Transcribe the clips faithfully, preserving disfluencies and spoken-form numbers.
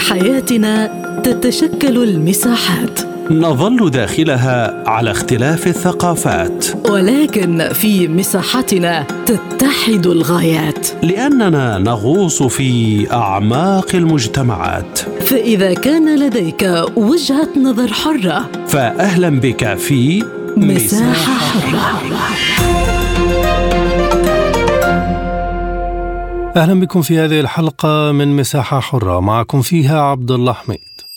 حياتنا تتشكل المساحات، نظل داخلها على اختلاف الثقافات، ولكن في مساحتنا تتحد الغايات، لأننا نغوص في أعماق المجتمعات. فإذا كان لديك وجهة نظر حرة، فأهلا بك في مساحة حرة. أهلا بكم في هذه الحلقة من مساحة حرة، معكم فيها عبد الله حميد.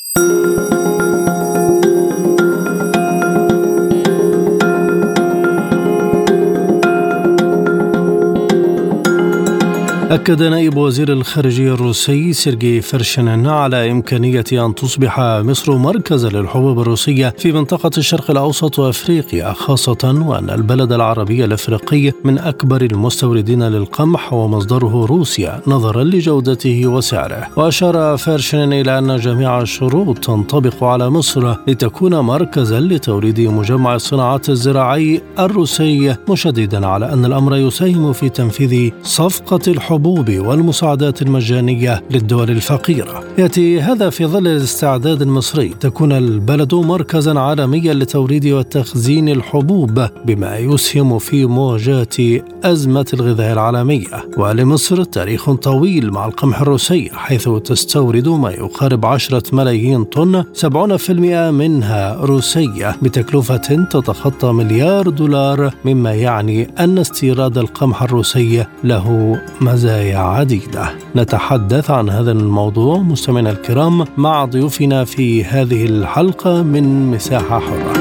أكد نائب وزير الخارجية الروسي سيرجي فرشنين على إمكانية أن تصبح مصر مركزا للحبوب الروسية في منطقة الشرق الأوسط وأفريقيا خاصة، وأن البلد العربي الأفريقي من أكبر المستوردين للقمح ومصدره روسيا نظرا لجودته وسعره. وأشار فرشنين إلى أن جميع الشروط تنطبق على مصر لتكون مركزا لتوريد مجمع الصناعات الزراعي الروسي، مشددا على أن الأمر يساهم في تنفيذ صفقة الحبوب والمساعدات المجانية للدول الفقيرة. يأتي هذا في ظل الاستعداد المصري تكون البلد مركزا عالميا لتوريد وتخزين الحبوب، بما يسهم في مواجهة أزمة الغذاء العالمية. ولمصر تاريخ طويل مع القمح الروسي، حيث تستورد ما يقارب عشرة ملايين طن، سبعين بالمئة منها روسية، بتكلفة تتخطى مليار دولار، مما يعني أن استيراد القمح الروسي له مزايا عديدة. نتحدث عن هذا الموضوع مستمعينا الكرام مع ضيوفنا في هذه الحلقة من مساحة حرة.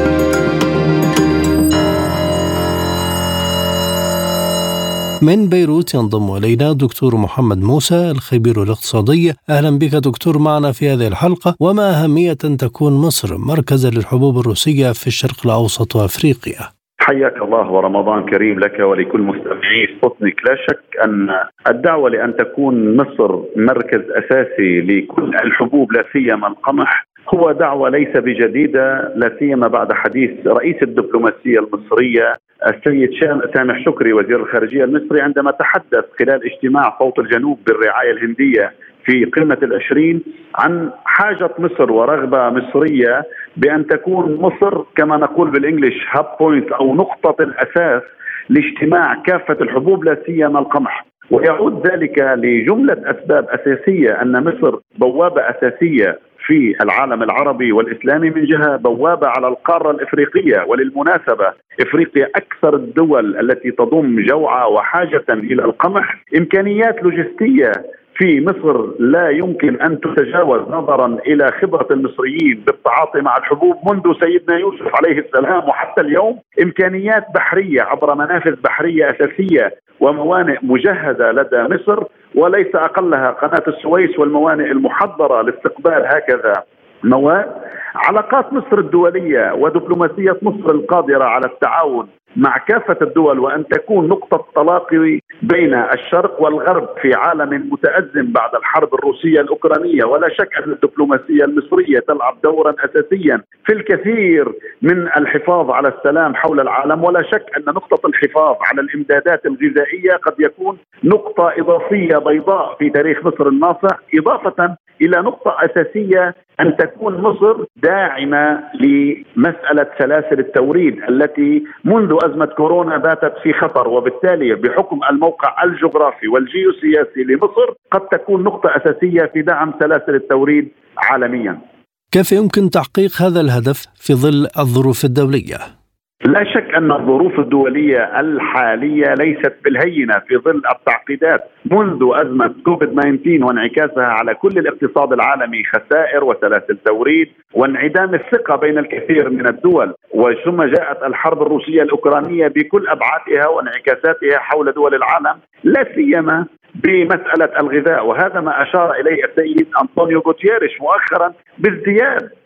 من بيروت ينضم إلينا دكتور محمد موسى الخبير الاقتصادي. أهلا بك دكتور معنا في هذه الحلقة. وما أهمية أن تكون مصر مركزا للحبوب الروسية في الشرق الأوسط وأفريقيا؟ حياك الله ورمضان كريم لك ولكل مستمعي سبوتنيك. لا شك أن الدعوة لأن تكون مصر مركز أساسي لكل الحبوب لا سيما القمح هو دعوة ليس بجديدة، لا سيما بعد حديث رئيس الدبلوماسية المصرية السيد سامح شكري وزير الخارجية المصري عندما تحدث خلال اجتماع صوت الجنوب بالرعاية الهندية في قمة العشرين عن حاجة مصر ورغبة مصرية بأن تكون مصر كما نقول بالإنجليش هاب بوينت أو نقطة الأساس لاجتماع كافة الحبوب لا سيما القمح. ويعود ذلك لجملة أسباب أساسية، أن مصر بوابة أساسية في العالم العربي والإسلامي من جهة، بوابة على القارة الإفريقية، وللمناسبة إفريقيا أكثر الدول التي تضم جوعى وحاجة إلى القمح. إمكانيات لوجستية في مصر لا يمكن أن تتجاوز نظرا إلى خبرة المصريين بالتعاطي مع الحبوب منذ سيدنا يوسف عليه السلام وحتى اليوم. إمكانيات بحرية عبر منافذ بحرية أساسية وموانئ مجهزة لدى مصر، وليس أقلها قناة السويس والموانئ المحضرة لاستقبال هكذا مواد. علاقات مصر الدولية ودبلوماسية مصر القادرة على التعاون مع كافة الدول، وأن تكون نقطة تلاقي بين الشرق والغرب في عالم متأزم بعد الحرب الروسية الأوكرانية. ولا شك أن الدبلوماسية المصرية تلعب دورا أساسيا في الكثير من الحفاظ على السلام حول العالم. ولا شك أن نقطة الحفاظ على الإمدادات الغذائية قد يكون نقطة إضافية بيضاء في تاريخ مصر الناصع، إضافة إلى نقطة أساسية أن تكون مصر داعمة لمسألة سلاسل التوريد التي منذ أزمة كورونا باتت في خطر، وبالتالي بحكم الموقع الجغرافي والجيوسياسي لمصر قد تكون نقطة أساسية في دعم سلاسل التوريد عالميا. كيف يمكن تحقيق هذا الهدف في ظل الظروف الدولية؟ لا شك أن الظروف الدولية الحالية ليست بالهينة في ظل التعقيدات منذ أزمة كوفيد تسعة عشر وانعكاسها على كل الاقتصاد العالمي، خسائر وسلاسل توريد وانعدام الثقة بين الكثير من الدول، وثم جاءت الحرب الروسية الأوكرانية بكل أبعادها وانعكاساتها حول دول العالم، لا سيما بمسألة الغذاء. وهذا ما أشار إليه السيد أنطونيو غوتيريش مؤخرا بازدياد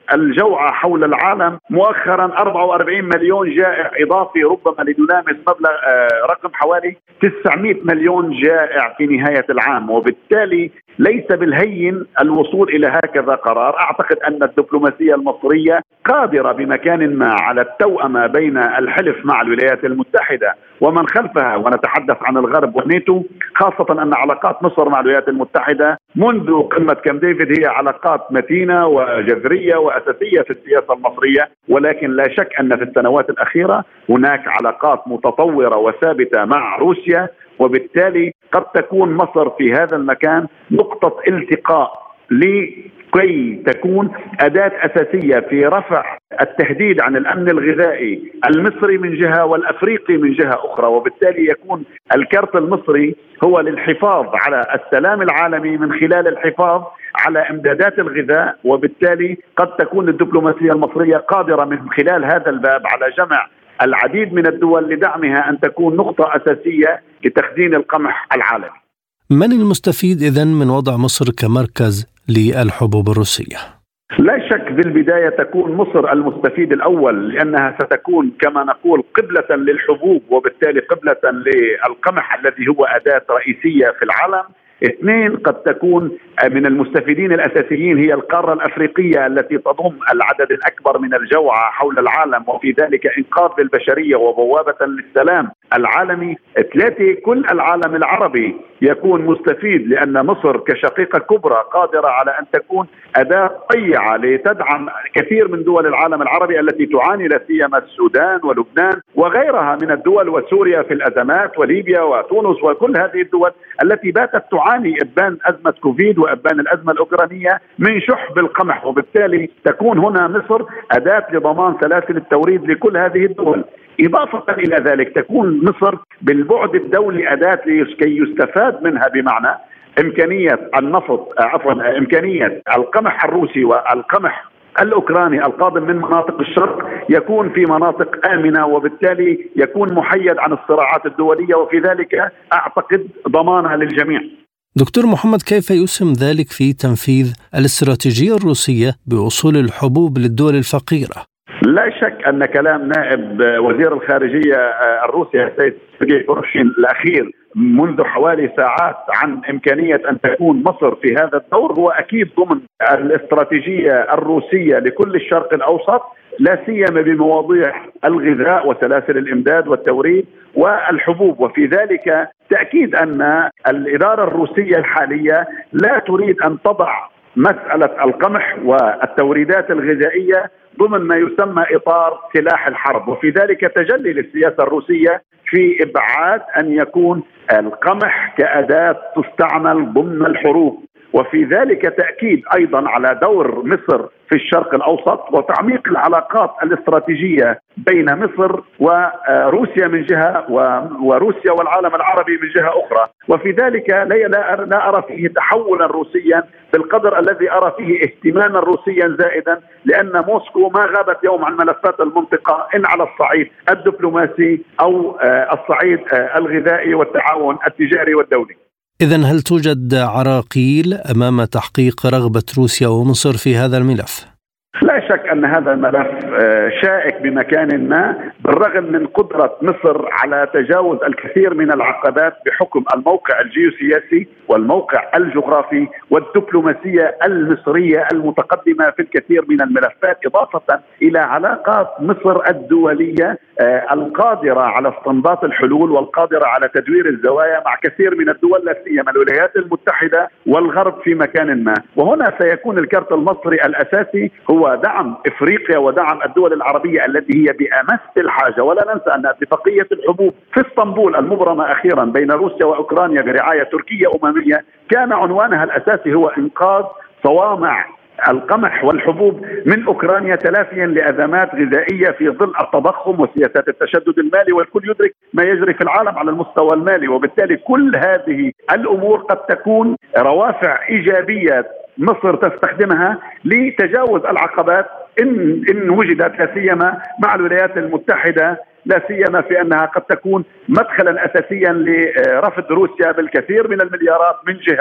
الجوعة حول العالم مؤخرا أربعة وأربعين مليون جائع إضافي، ربما لنلامس مبلغ رقم حوالي تسعمئة مليون جائع في نهاية العام. وبالتالي ليس بالهين الوصول إلى هكذا قرار. أعتقد أن الدبلوماسية المصرية قادرة بمكان ما على التوأمة بين الحلف مع الولايات المتحدة ومن خلفها، ونتحدث عن الغرب والناتو، خاصة أن علاقات مصر مع الولايات المتحدة منذ قمة كامب ديفيد هي علاقات متينة وجذرية وأساسية في السياسة المصرية. ولكن لا شك أن في السنوات الأخيرة هناك علاقات متطورة وثابتة مع روسيا، وبالتالي قد تكون مصر في هذا المكان نقطة التقاء لكي تكون أداة أساسية في رفع التهديد عن الأمن الغذائي المصري من جهة والأفريقي من جهة أخرى. وبالتالي يكون الكرت المصري هو للحفاظ على السلام العالمي من خلال الحفاظ على امدادات الغذاء. وبالتالي قد تكون الدبلوماسية المصرية قادرة من خلال هذا الباب على جمع العديد من الدول لدعمها أن تكون نقطة أساسية لتخزين القمح العالمي. من المستفيد إذن من وضع مصر كمركز للحبوب الروسية؟ لا شك بالبداية تكون مصر المستفيد الأول، لأنها ستكون كما نقول قبلة للحبوب، وبالتالي قبلة للقمح الذي هو أداة رئيسية في العالم. اثنين، قد تكون من المستفيدين الأساسيين هي القارة الأفريقية التي تضم العدد الأكبر من الجوعى حول العالم، وفي ذلك إنقاذ للبشرية وبوابة للسلام العالمي. ثلاثة، كل العالم العربي يكون مستفيد، لأن مصر كشقيقة كبرى قادرة على أن تكون أداة طيعة لتدعم كثير من دول العالم العربي التي تعاني، لا سيما السودان ولبنان وغيرها من الدول، وسوريا في الأزمات، وليبيا وتونس، وكل هذه الدول التي باتت تعاني إبان أزمة كوفيد وإبان الأزمة الأوكرانية من شح بالقمح. وبالتالي تكون هنا مصر أداة لضمان سلاسل التوريد لكل هذه الدول. إضافة إلى ذلك تكون مصر بالبعد الدولي أداة كي يستفاد منها، بمعنى إمكانية النفط عفوا إمكانية القمح الروسي والقمح الأوكراني القادم من مناطق الشرق يكون في مناطق آمنة، وبالتالي يكون محيد عن الصراعات الدولية، وفي ذلك أعتقد ضمانها للجميع. دكتور محمد، كيف يسهم ذلك في تنفيذ الاستراتيجية الروسية بوصول الحبوب للدول الفقيرة؟ لا شك أن كلام نائب وزير الخارجية الروسي السيد سيرجي فورشين الأخير منذ حوالي ساعات عن إمكانية أن تكون مصر في هذا الدور هو أكيد ضمن الاستراتيجية الروسية لكل الشرق الأوسط، لا سيما بمواضيع الغذاء وسلاسل الإمداد والتوريد والحبوب. وفي ذلك تأكيد أن الإدارة الروسية الحالية لا تريد أن تضع مسألة القمح والتوريدات الغذائية ضمن ما يسمى إطار سلاح الحرب، وفي ذلك تجلي للسياسة الروسية في إبعاد أن يكون القمح كأداة تستعمل ضمن الحروب. وفي ذلك تأكيد أيضا على دور مصر في الشرق الأوسط وتعميق العلاقات الاستراتيجية بين مصر وروسيا من جهة وروسيا والعالم العربي من جهة أخرى. وفي ذلك لا أرى فيه تحولا روسيا بالقدر الذي أرى فيه اهتماما روسيا زائدا، لأن موسكو ما غابت يوم عن ملفات المنطقة إن على الصعيد الدبلوماسي أو الصعيد الغذائي والتعاون التجاري والدولي. إذن هل توجد عراقيل أمام تحقيق رغبة روسيا ومصر في هذا الملف؟ لا شك أن هذا الملف شائك بمكان ما، بالرغم من قدرة مصر على تجاوز الكثير من العقبات بحكم الموقع الجيوسياسي والموقع الجغرافي والدبلوماسية المصرية المتقدمة في الكثير من الملفات، إضافة إلى علاقات مصر الدولية القادرة على استنباط الحلول والقادرة على تدوير الزوايا مع كثير من الدول، لا سيما الولايات المتحدة والغرب في مكان ما. وهنا سيكون الكرت المصري الأساسي هو دعم إفريقيا ودعم الدول العربية التي هي بأمس الحاجة. ولا ننسى أن اتفاقية الحبوب في اسطنبول المبرمة أخيرا بين روسيا وأوكرانيا برعاية تركية أممية كان عنوانها الأساسي هو إنقاذ صوامع القمح والحبوب من أوكرانيا تلافيا لأزمات غذائية في ظل التضخم وسياسات التشدد المالي، والكل يدرك ما يجري في العالم على المستوى المالي. وبالتالي كل هذه الأمور قد تكون روافع إيجابية مصر تستخدمها لتجاوز العقبات إن إن وجدت، لا سيما مع الولايات المتحدة، لا سيما في أنها قد تكون مدخلا أساسيا لرفض روسيا بالكثير من المليارات من جهة،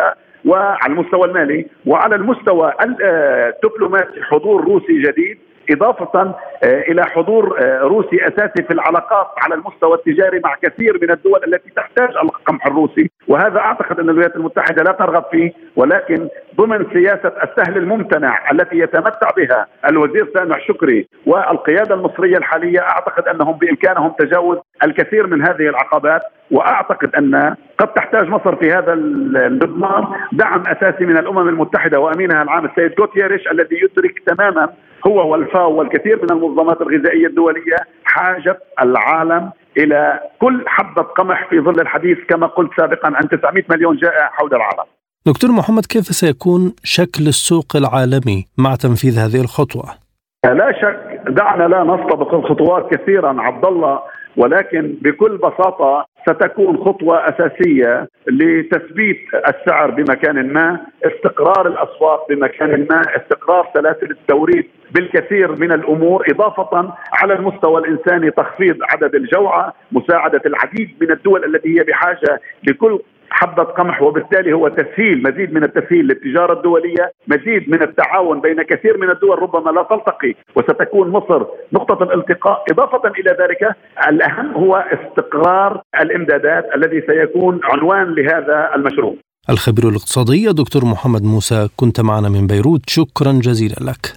وعلى المستوى المالي وعلى المستوى الدبلوماسي حضور روسي جديد، إضافة إلى حضور روسي أساسي في العلاقات على المستوى التجاري مع كثير من الدول التي تحتاج القمح الروسي. وهذا أعتقد أن الولايات المتحدة لا ترغب فيه، ولكن ضمن سياسة السهل الممتنع التي يتمتع بها الوزير سامح شكري والقيادة المصرية الحالية، أعتقد أنهم بإمكانهم تجاوز الكثير من هذه العقبات. وأعتقد أن قد تحتاج مصر في هذا المضمار دعم أساسي من الأمم المتحدة وأمينها العام السيد غوتيريش، الذي يدرك تماما هو والفاو والكثير من المنظمات الغذائية الدولية حاجة العالم إلى كل حبة قمح في ظل الحديث كما قلت سابقا عن تسعمائة مليون جائع حول العالم. دكتور محمد، كيف سيكون شكل السوق العالمي مع تنفيذ هذه الخطوة؟ لا شك، دعنا لا نستبق الخطوات كثيرا عبد الله، ولكن بكل بساطة ستكون خطوة أساسية لتثبيت السعر بمكان ما، استقرار الأسواق بمكان ما، استقرار سلاسل التوريد بالكثير من الأمور، إضافة على المستوى الإنساني تخفيض عدد الجوعى، مساعدة العديد من الدول التي هي بحاجة لكل حبة قمح، وبالتالي هو تسهيل، مزيد من التسهيل للتجارة الدولية، مزيد من التعاون بين كثير من الدول ربما لا تلتقي، وستكون مصر نقطة الالتقاء. إضافة إلى ذلك الأهم هو استقرار الإمدادات الذي سيكون عنوان لهذا المشروع. الخبير الاقتصادي دكتور محمد موسى، كنت معنا من بيروت، شكرا جزيلا لك.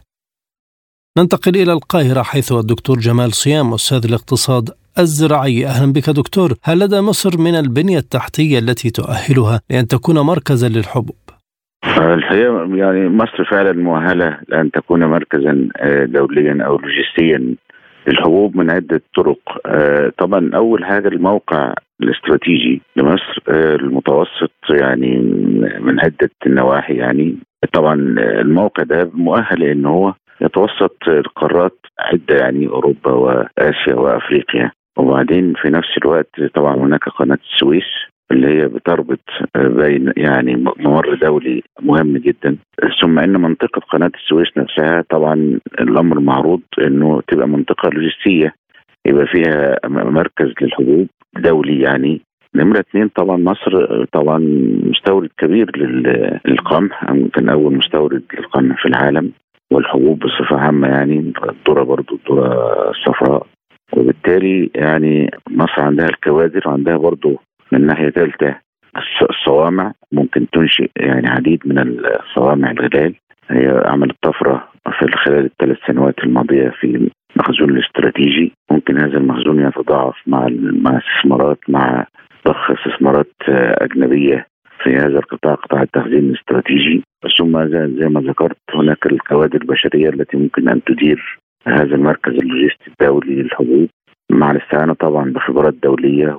ننتقل إلى القاهرة حيث الدكتور جمال صيام أستاذ الاقتصاد الزراعي. أهلا بك دكتور. هل لدى مصر من البنية التحتية التي تؤهلها لأن تكون مركزا للحبوب؟ الحقيقة يعني مصر فعلا مؤهلة لأن تكون مركزا دوليا أو لوجستيا للحبوب من عدة طرق. طبعا أول حاجة الموقع الاستراتيجي لمصر المتوسط، يعني من عدة النواحي. يعني طبعا الموقع ده مؤهل إن هو يتوسط القارات عدة، يعني أوروبا وآسيا وأفريقيا. وبعدين في نفس الوقت طبعا هناك قناة السويس اللي هي بتربط بين يعني ممر دولي مهم جدا. ثم ان منطقة قناة السويس نفسها طبعا الامر معروض انه تبقى منطقة لوجستية يبقى فيها مركز للحبوب دولي. يعني نمرة اثنين طبعا مصر طبعا مستورد كبير للقمح، يمكن اول مستورد للقمح في العالم والحبوب بصفة عامة، يعني الذرة برضو الذرة الصفراء. وبالتالي يعني مصر عندها الكوادر وعندها برضو من ناحية ثالثة الصوامع، ممكن تنشئ يعني عديد من الصوامع الغلال. هي عملت طفرة في خلال الثلاث سنوات الماضية في المخزون الاستراتيجي، ممكن هذا المخزون يتضاعف مع مع استثمارات مع ضخ استثمارات أجنبية في هذا القطاع، قطاع التخزين الاستراتيجي. ثم زي ما ذكرت هناك الكوادر البشرية التي ممكن أن تدير هذا المركز اللوجستي الدولي للحبوب، مع الاستعانة طبعا بخبرات دولية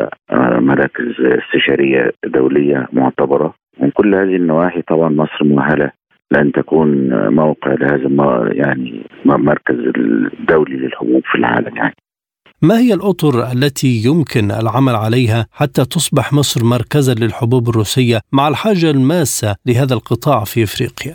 ومراكز استشارية دولية معتبرة. من كل هذه النواحي طبعا مصر مؤهلة لأن تكون موقع لهذا يعني مركز الدولي للحبوب في العالم. يعني ما هي الأطر التي يمكن العمل عليها حتى تصبح مصر مركزا للحبوب الروسية مع الحاجة الماسة لهذا القطاع في أفريقيا؟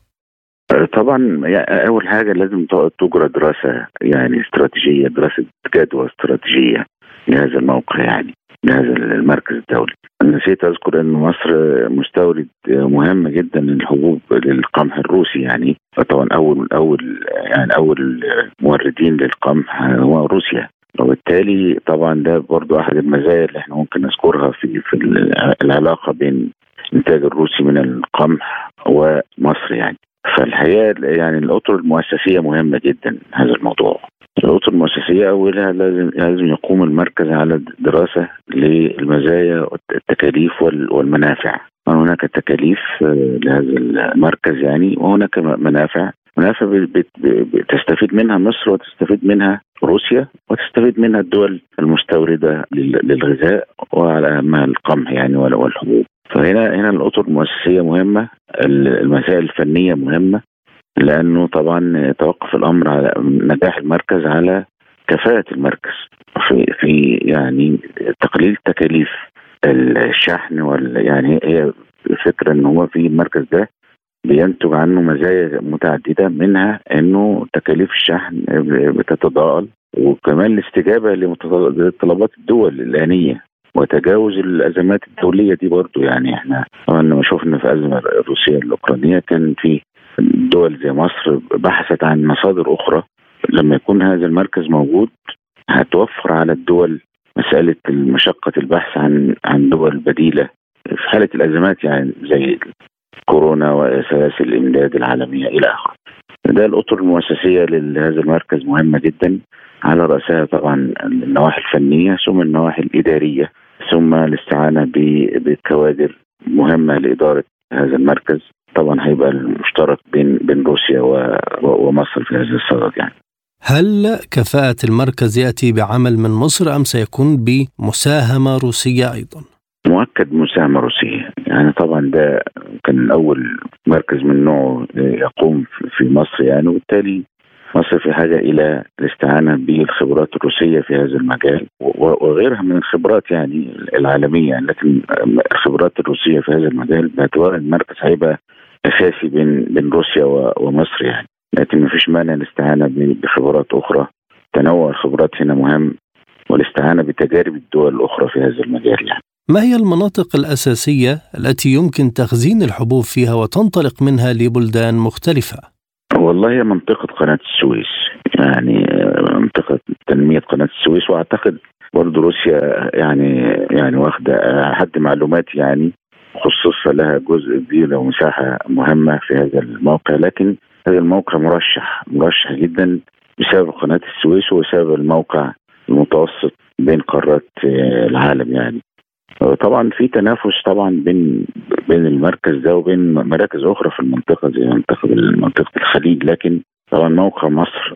طبعا يعني أول حاجة لازم تجرى دراسة يعني استراتيجية، دراسة جدوى استراتيجية لهذا الموقع، يعني لهذا المركز الدولي. نسيت أذكر أن مصر مستورد مهم جدا للحبوب للقمح الروسي. يعني طبعا أول أول يعني أول موردين للقمح هو روسيا، وبالتالي طبعا ده برضو أحد المزايا اللي احنا ممكن نذكرها في في العلاقة بين الإنتاج الروسي من القمح ومصر. يعني فالحقيقة يعني الأطر المؤسسية مهمة جدا هذا الموضوع. الأطر المؤسسية أولها لازم لازم يقوم المركز على دراسة للمزايا والتكاليف والمنافع. هناك تكاليف لهذا المركز يعني، وهناك منافع منافع بتستفيد منها مصر وتستفيد منها روسيا وتستفيد منها الدول المستوردة للغذاء وعلى أهمها القمح يعني والحبوب. فهنا هنا الأطر المؤسسية مهمة، المسائل الفنية مهمة، لأنه طبعا يتوقف الأمر على نجاح المركز على كفاءة المركز في في يعني تقليل تكاليف الشحن. وال يعني هي فكرة إنه هو في المركز ده بينتج عنه مزايا متعددة، منها إنه تكاليف الشحن بتتضاءل، وكمان الاستجابة لطلبات الدول الآنية وتجاوز الأزمات الدولية دي برضو. يعني احنا طبعا لما شفنا في أزمة الروسية الأوكرانية كان في دول زي مصر بحثت عن مصادر أخرى. لما يكون هذا المركز موجود هتوفر على الدول مسألة مشقة البحث عن عن دول بديلة في حالة الأزمات، يعني زي كورونا وسلاسل الإمداد العالمية إلى آخره. ده الأطر المؤسسية لهذا المركز مهمة جدا، على رأسها طبعا النواحي الفنية ثم النواحي الإدارية ثم الاستعانة بكوادر مهمة لإدارة هذا المركز. طبعا هيبقى المشترك بين بين روسيا ومصر في هذا الصدد. يعني هل كفاءة المركز يأتي بعمل من مصر أم سيكون بمساهمة روسية أيضا؟ مؤكد مساهمة روسية. يعني طبعا ده كان أول مركز من نوعه يقوم في مصر يعني، وبالتالي مصر في حاجة إلى الاستعانة بالخبرات الروسية في هذا المجال وغيرها من الخبرات يعني العالمية يعني. لكن الخبرات الروسية في هذا المجال باعتبار المركز هيبقى أساسي بين بين روسيا ومصر يعني. لكن ما فيش مانع الاستعانة بخبرات أخرى. تنوع الخبرات هنا مهم، والاستعانة بتجارب الدول الأخرى في هذا المجال يعني. ما هي المناطق الأساسية التي يمكن تخزين الحبوب فيها وتنطلق منها لبلدان مختلفة؟ والله هي منطقة قناة السويس، يعني منطقة تنمية قناة السويس. وأعتقد برضو روسيا يعني يعني واخدة حد معلومات يعني خصص لها جزء كبير ومساحة مهمة في هذا الموقع. لكن هذا الموقع مرشح مرشح جدا بسبب قناة السويس وبسبب الموقع المتوسط بين قارات العالم يعني. طبعا في تنافس طبعا بين بين المركز ده وبين مراكز اخرى في المنطقه زي منطقه منطقه الخليج. لكن طبعا موقع مصر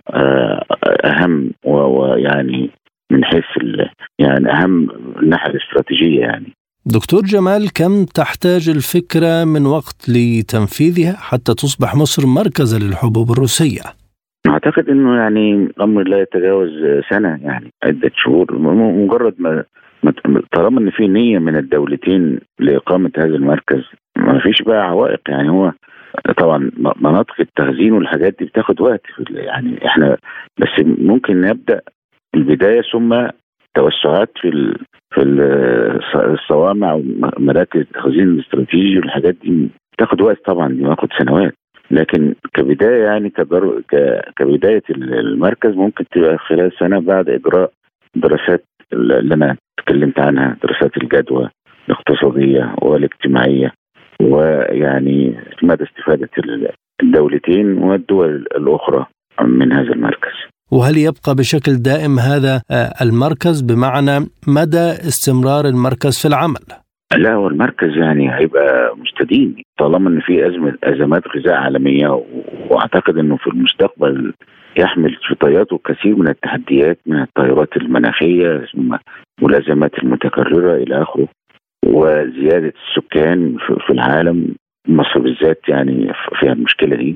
اهم ويعني من حيث يعني اهم الناحيه الاستراتيجيه يعني. دكتور جمال، كم تحتاج الفكره من وقت لتنفيذها حتى تصبح مصر مركزا للحبوب الروسيه؟ اعتقد انه يعني الامر لا يتجاوز سنه، يعني عده شهور. مجرد ما طالما ان في نيه من الدولتين لاقامه هذا المركز ما فيش بقى عوائق. يعني هو طبعا مناطق التخزين والحاجات دي بتاخد وقت يعني. احنا بس ممكن نبدا البدايه ثم توسعات في في الصوامع ومراكز التخزين الاستراتيجي والحاجات دي بتاخد وقت طبعا، دي بتاخد سنوات. لكن كبدايه يعني كبر... كبدايه المركز ممكن تبقى خلال سنه بعد اجراء دراسات اللي انا تكلمت عنها، دراسات الجدوى الاقتصاديه والاجتماعيه، ويعني مدى استفاده الدولتين والدول الاخرى من هذا المركز. وهل يبقى بشكل دائم هذا المركز، بمعنى مدى استمرار المركز في العمل؟ لا، هو المركز يعني هيبقى مستديم طالما ان في ازمه ازمات غذاء عالميه، واعتقد انه في المستقبل يحمل في طياته كثير من التحديات، من التغيرات المناخيه والازمات المتكرره الى اخره، وزياده السكان في العالم. مصر بالذات يعني فيها المشكله دي.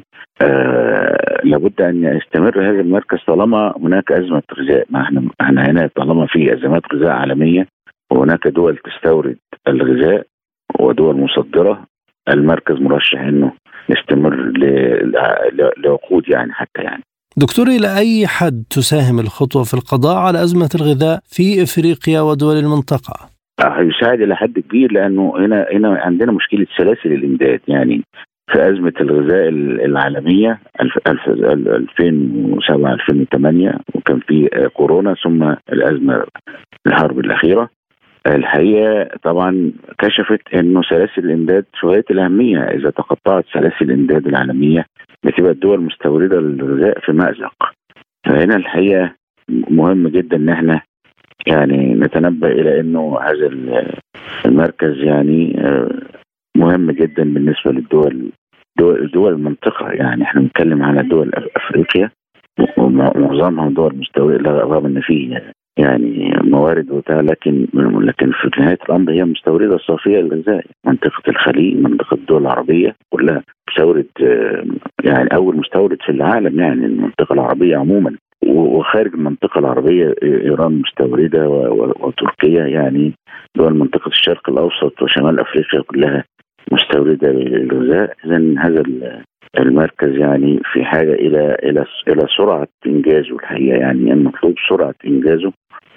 آه لابد ان يستمر هذا المركز طالما هناك ازمه غذاء. ما احنا احنا هنا طالما في ازمات غذاء عالميه وهناك دول تستورد الغذاء ودول مصدره، المركز مرشح انه يستمر لعقود يعني حتى يعني. دكتور، إلى أي حد تساهم الخطوة في القضاء على أزمة الغذاء في إفريقيا ودول المنطقة؟ يساعد إلى حد كبير، لأنه هنا هنا عندنا مشكلة سلاسل الإمداد. يعني في أزمة الغذاء العالمية ألفين وسبعة ألفين وثمانية، وكان في كورونا، ثم الأزمة الحرب الأخيرة. الحقيقة طبعا كشفت أنه سلاسل الإمداد شوية الأهمية. إذا تقطعت سلاسل الإمداد العالمية بتبقى الدول مستوردة للغذاء في مأزق. فهنا الحقيقة مهم جدا أن احنا يعني نتنبه إلى أنه هذا المركز يعني مهم جدا بالنسبة للدول دول, دول المنطقة. يعني احنا بنتكلم على دول أفريقيا ومعظمها دول مستوردة، رغم أن فيه يعني موارد وبتاع، لكن لكن في نهاية الأمر هي مستوردة صافية للغذاء. منطقة الخليج، منطقة الدول العربية كلها مستورد، يعني أول مستورد في العالم يعني المنطقة العربية عموما. وخارج المنطقة العربية إيران مستوردة وتركيا، يعني دول منطقة الشرق الأوسط وشمال أفريقيا كلها مستوردة للغذاء. إذن هذا المركز يعني في حاجة إلى إلى إلى سرعة إنجازه. الحقيقة يعني المطلوب سرعة إنجازه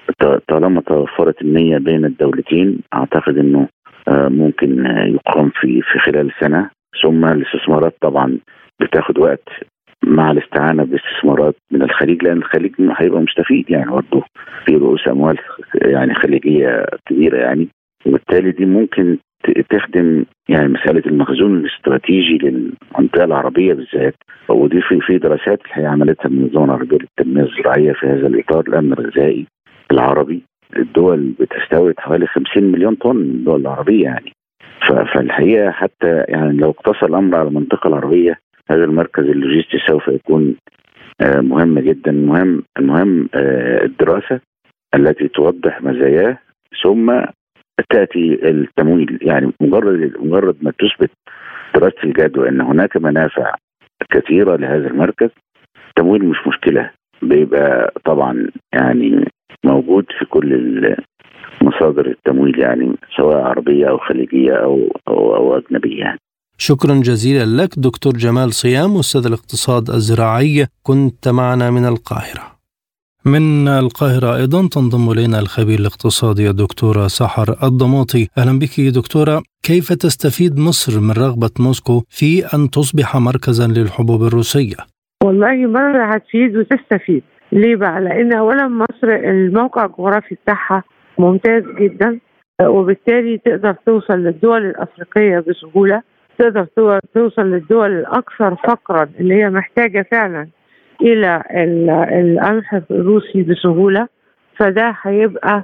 طالما توفرت النية بين الدولتين أعتقد أنه ممكن يقام في في خلال سنة. ثم الاستثمارات طبعا بتاخد وقت مع الاستعانة باستثمارات من الخليج، لأن الخليج هيبقى مستفيد يعني برضه في رؤوس أموال يعني خليجية كبيرة يعني، وبالتالي دي ممكن تخدم يعني مسألة المخزون الاستراتيجي للمنطقة العربية بالذات. ودي في في دراسات الحقيقة عملتها المنظمة العربية للتنمية الزراعية في هذا الإطار. الأمن الغذائي العربي الدول بتستورد حوالي خمسين مليون طن من الدول العربية يعني. فالحقيقة حتى يعني لو اقتصر الأمر على المنطقة العربية هذا المركز اللوجستي سوف يكون مهم جدا. المهم المهم الدراسة التي توضح مزاياه ثم تأتي التمويل. يعني مجرد مجرد ما تثبت دراسة الجدوى أن هناك منافع كثيرة لهذا المركز، التمويل مش مشكلة، بيبقى طبعا يعني موجود في كل مصادر التمويل يعني سواء عربية أو خليجية أو أو, أو أجنبية يعني. شكرا جزيلا لك دكتور جمال صيام أستاذ الاقتصاد الزراعي، كنت معنا من القاهرة. من القاهرة أيضا تنضم إلينا الخبير الاقتصادي الدكتورة سحر الضماطي. أهلا بك دكتورة. كيف تستفيد مصر من رغبة موسكو في أن تصبح مركزا للحبوب الروسية؟ والله مرة هتفيد وتستفيد. ليه بقى؟ لأن أولا مصر الموقع الجغرافي بتاعها ممتاز جدا، وبالتالي تقدر توصل للدول الأفريقية بسهولة، تقدر توصل للدول الأكثر فقرا اللي هي محتاجة فعلا إلى القمح الروسي بسهولة. فده هيبقى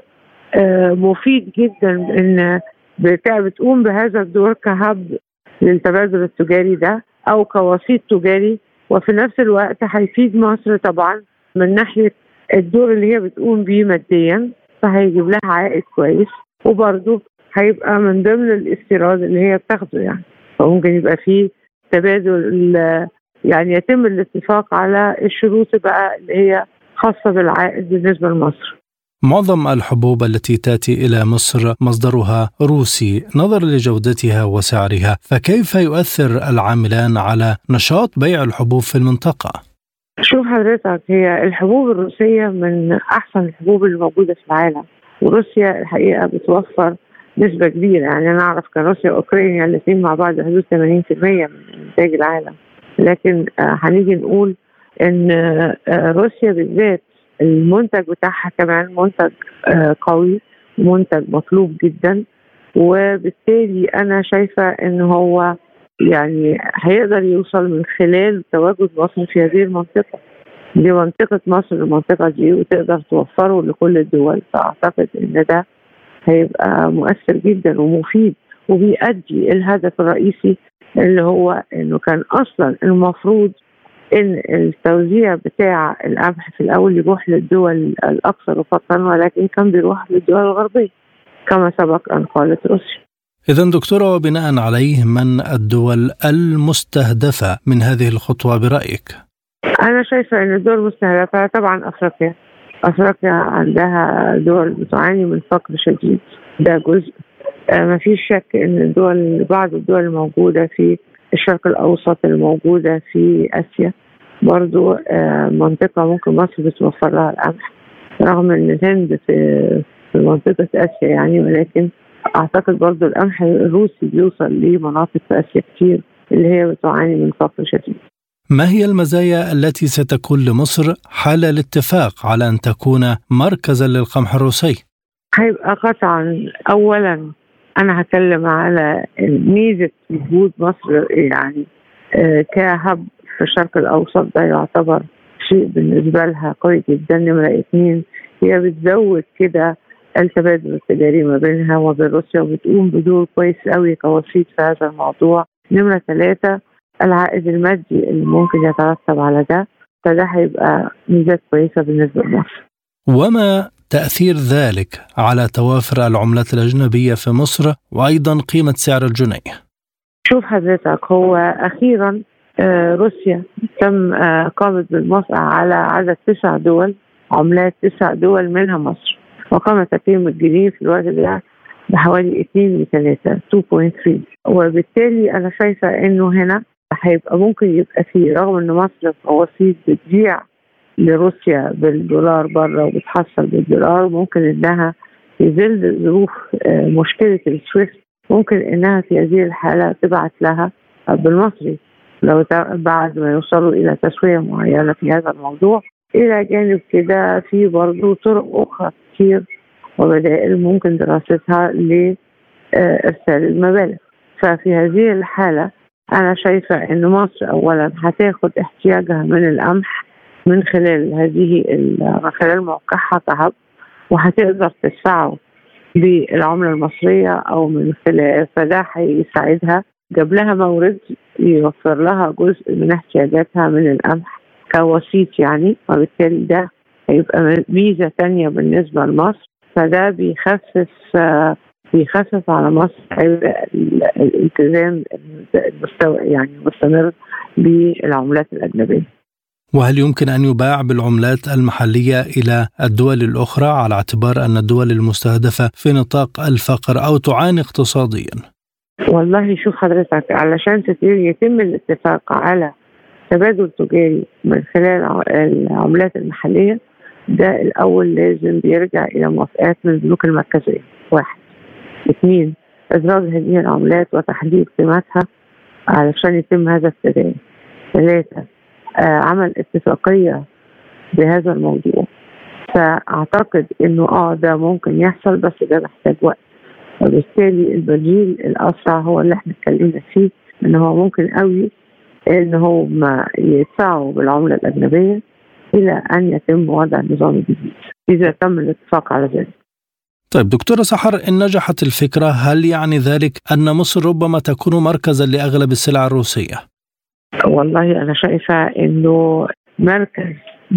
مفيد جدا إن بتقوم بهذا الدور كهب للتبادل التجاري ده أو كوسيط تجاري، وفي نفس الوقت هيفيد مصر طبعا من ناحية الدور اللي هي بتقوم بيه ماديا، فهيجيب لها عائد كويس، وبرضه هيبقى من ضمن الاستيراد اللي هي بتاخده يعني. فممكن يبقى فيه تبادل، يعني يتم الاتفاق على الشروط بقى اللي هي خاصة بالعائد بالنسبة لمصر. معظم الحبوب التي تأتي إلى مصر مصدرها روسي نظرا لجودتها وسعرها، فكيف يؤثر العاملان على نشاط بيع الحبوب في المنطقة؟ شوف حضرتك، هي الحبوب الروسية من أحسن الحبوب الموجودة في العالم، وروسيا الحقيقة بتوفر نسبة كبيرة. يعني أنا أعرف كان روسيا وأوكرانيا الاثنين مع بعض حدود ثمانين بالمئة من إنتاج العالم، لكن هنيجي نقول إن روسيا بالذات المنتج بتاعها كمان منتج قوي، منتج مطلوب جدا، وبالتالي أنا شايفة إن هو يعني هيقدر يوصل من خلال تواجد مصر في هذه المنطقة. دي منطقة مصر المنطقة دي وتقدر توفره لكل الدول، فأعتقد إن ده هيبقى مؤثر جدا ومفيد وبيؤدي الهدف الرئيسي اللي هو إنه كان أصلا المفروض إن التوزيع بتاع القمح في الأول يروح للدول الأكثر فقرا، ولكن كان بيروح للدول الغربية كما سبق أن قالت روسيا. إذن دكتورة، وبناء عليه من الدول المستهدفة من هذه الخطوة برأيك؟ أنا شايفة أن الدول المستهدفة طبعا أفريقيا. أفريقيا عندها دول بتعاني من فقر شديد، ده جزء. آه ما فيش شك أن الدول بعض الدول الموجودة في الشرق الأوسط الموجودة في آسيا برضو آه منطقة ممكن مصر بتوفر لها القمح، رغم أن الهند في, في منطقة آسيا يعني، ولكن أعتقد برضو القمح الروسي بيوصل لمناطق في آسيا كتير اللي هي بتعاني من فقر شديد. ما هي المزايا التي ستكون لمصر حال الاتفاق على أن تكون مركزا للقمح الروسي؟ هيبقى قطعا أولا أنا هتكلم على ميزة وجود مصر يعني كهب في الشرق الأوسط، ده يعتبر شيء بالنسبة لها قوي جدا. نمرة اثنين، هي بتزود كده التبادل التجاري ما بينها وبين روسيا وبتقوم بدور كويس قوي كوسيط في هذا الموضوع. نمرة ثلاثة، العائد المادي اللي ممكن يترتب على ده، فده هيبقى ميزات كويسة بالنسبة لمصر. وما تأثير ذلك على توافر العملات الأجنبية في مصر وأيضا قيمة سعر الجنيه؟ شوف حضرتك، هو أخيرا روسيا تم قامت بالموافقة على عدد تسع دول، عملات تسع دول منها مصر، وقام تقييم الجنيه في الوقت ده بحوالي اثنين لثلاثة اثنين فاصلة ثلاثة، وبالتالي أنا شايفة إنه هنا هيبقى ممكن يبقى فيه، رغم إن مصر وسيط بتبيع لروسيا بالدولار بره وبتحصل بالدولار، ممكن انها في ظل ظروف مشكلة السويفت ممكن انها في هذه الحالة تبعت لها بالمصري لو بعد ما يوصلوا الى تسوية معينة في هذا الموضوع. الى جانب كده في برضو طرق اخرى كتير وبدائل ممكن دراستها لإرسال المبالغ. ففي هذه الحالة أنا شايفة أن مصر أولا هتاخد احتياجها من القمح من خلال هذه من خلال موقعها ذهب، وهتقدر تدفعه بالعملة المصرية أو من خلال، فده هيساعدها جاب لها مورد يوفر لها جزء من احتياجاتها من القمح كوسيط يعني، وبالتالي ده هيبقى ميزة تانية بالنسبة لمصر. فده بيخفف بيخفف على مصر الالتزام المستوى يعني مستمر بالعملات الأجنبية. وهل يمكن أن يباع بالعملات المحلية إلى الدول الأخرى على اعتبار أن الدول المستهدفة في نطاق الفقر أو تعاني اقتصاديا؟ والله شوف حضرتك، علشان يتم الاتفاق على تبادل تجاري من خلال العملات المحلية، ده الأول لازم بيرجع إلى موافقات من البنوك المركزية. واحد. اثنين، إدراج هذه العملات وتحديد قيمتها علشان يتم هذا التداول. ثلاثة، آه عمل اتفاقية بهذا الموضوع. فأعتقد إنه آه ده ممكن يحصل، بس ده محتاج وقت، وبالتالي البديل الأسرع هو اللي احنا اتكلمنا فيه، إنه هو ممكن قوي إنه هو ما يدفعوا بالعملة الأجنبية إلى أن يتم وضع النظام الجديد إذا تم الاتفاق على ذلك. طيب دكتورة سحر، إن نجحت الفكرة هل يعني ذلك أن مصر ربما تكون مركزا لأغلب السلع الروسية؟ والله أنا شايفة إنه مركز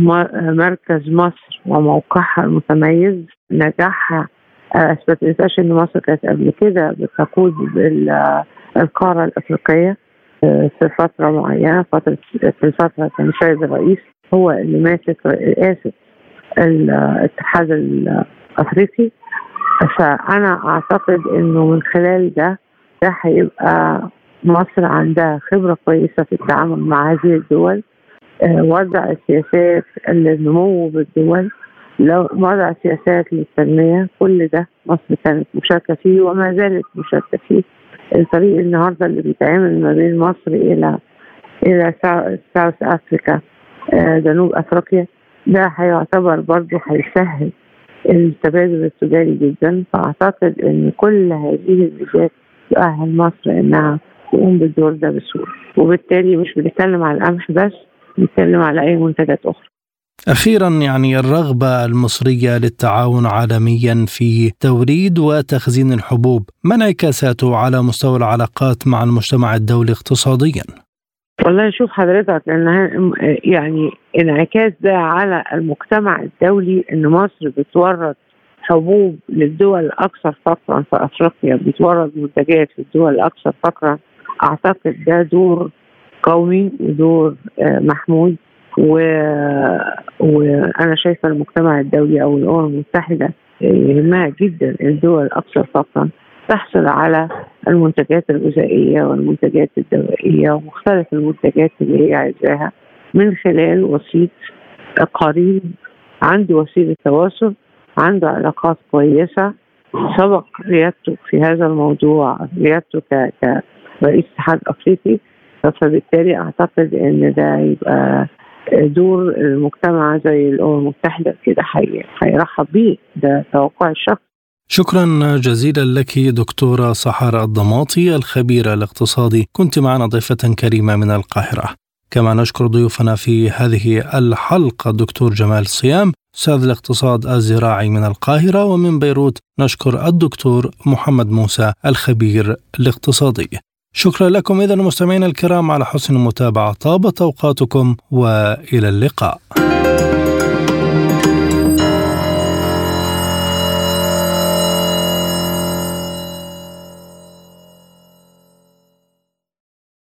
مركز مصر وموقعها المتميز نجاحها أثبتتش إن مصر كانت قبل كده بتقود بالقارة الأفريقية في فترة معينة. فترة في الفترة كان السيد الرئيس هو اللي ماسك رئاسة الاتحاد الأفريقي. فأنا أعتقد إنه من خلال ده ده هيبقى مصر عندها خبرة كويسة في التعامل مع هذه الدول، وضع السياسات النمو بالدول، لو وضع سياسات للتنمية، كل ده مصر كانت مشاركة فيه وما زالت مشاركة فيه. الطريق النهاردة اللي بيتعامل ما بين مصر إلى إلى ساوث أفريقيا جنوب أفريقيا، ده هيعتبر برضه هيسهل التبادل التجاري جدا. فأعتقد إن كل هذه الميزات تؤهل مصر إنها تقوم بالدور ده بسهولة، وبالتالي مش بنتكلم على القمح بس، بنتكلم على أي منتجات أخرى. أخيرا، يعني الرغبة المصرية للتعاون عالميا في توريد وتخزين الحبوب، ما انعكاساته على مستوى العلاقات مع المجتمع الدولي اقتصاديا؟ والله شوف حضرتك، لأنها يعني انعكاس ده على المجتمع الدولي، إن مصر بتورد حبوب للدول الأكثر فقرا في أفريقيا، بتورد منتجات للدول الأكثر فقرا. أعتقد ده دور قومي ودور محمود، و... وأنا شايفة المجتمع الدولي أو الأمم المتحدة يهمها جدا الدول الأكثر فقرا تحصل على المنتجات الغذائية والمنتجات الدوائية ومختلف المنتجات اللي هي عايزاها من خلال وسيط قريب عنده وسيلة تواصل، عنده علاقات كويسة، سبق ريادته في هذا الموضوع، ريادته كرئيس اتحاد أفريقي. فبالتالي أعتقد إن ده يبقى دور المجتمع زي الأمم المتحدة كده هيرحب بيه، ده توقع الشخص. شكرا جزيلا لك دكتورة سحر الضماطي الخبيرة الاقتصادي، كنت معنا ضيفة كريمة من القاهرة. كما نشكر ضيوفنا في هذه الحلقة الدكتور جمال صيام أستاذ الاقتصاد الزراعي من القاهرة، ومن بيروت نشكر الدكتور محمد موسى الخبير الاقتصادي. شكرا لكم إذن مستمعينا الكرام على حسن المتابعة، طابت أوقاتكم وإلى اللقاء.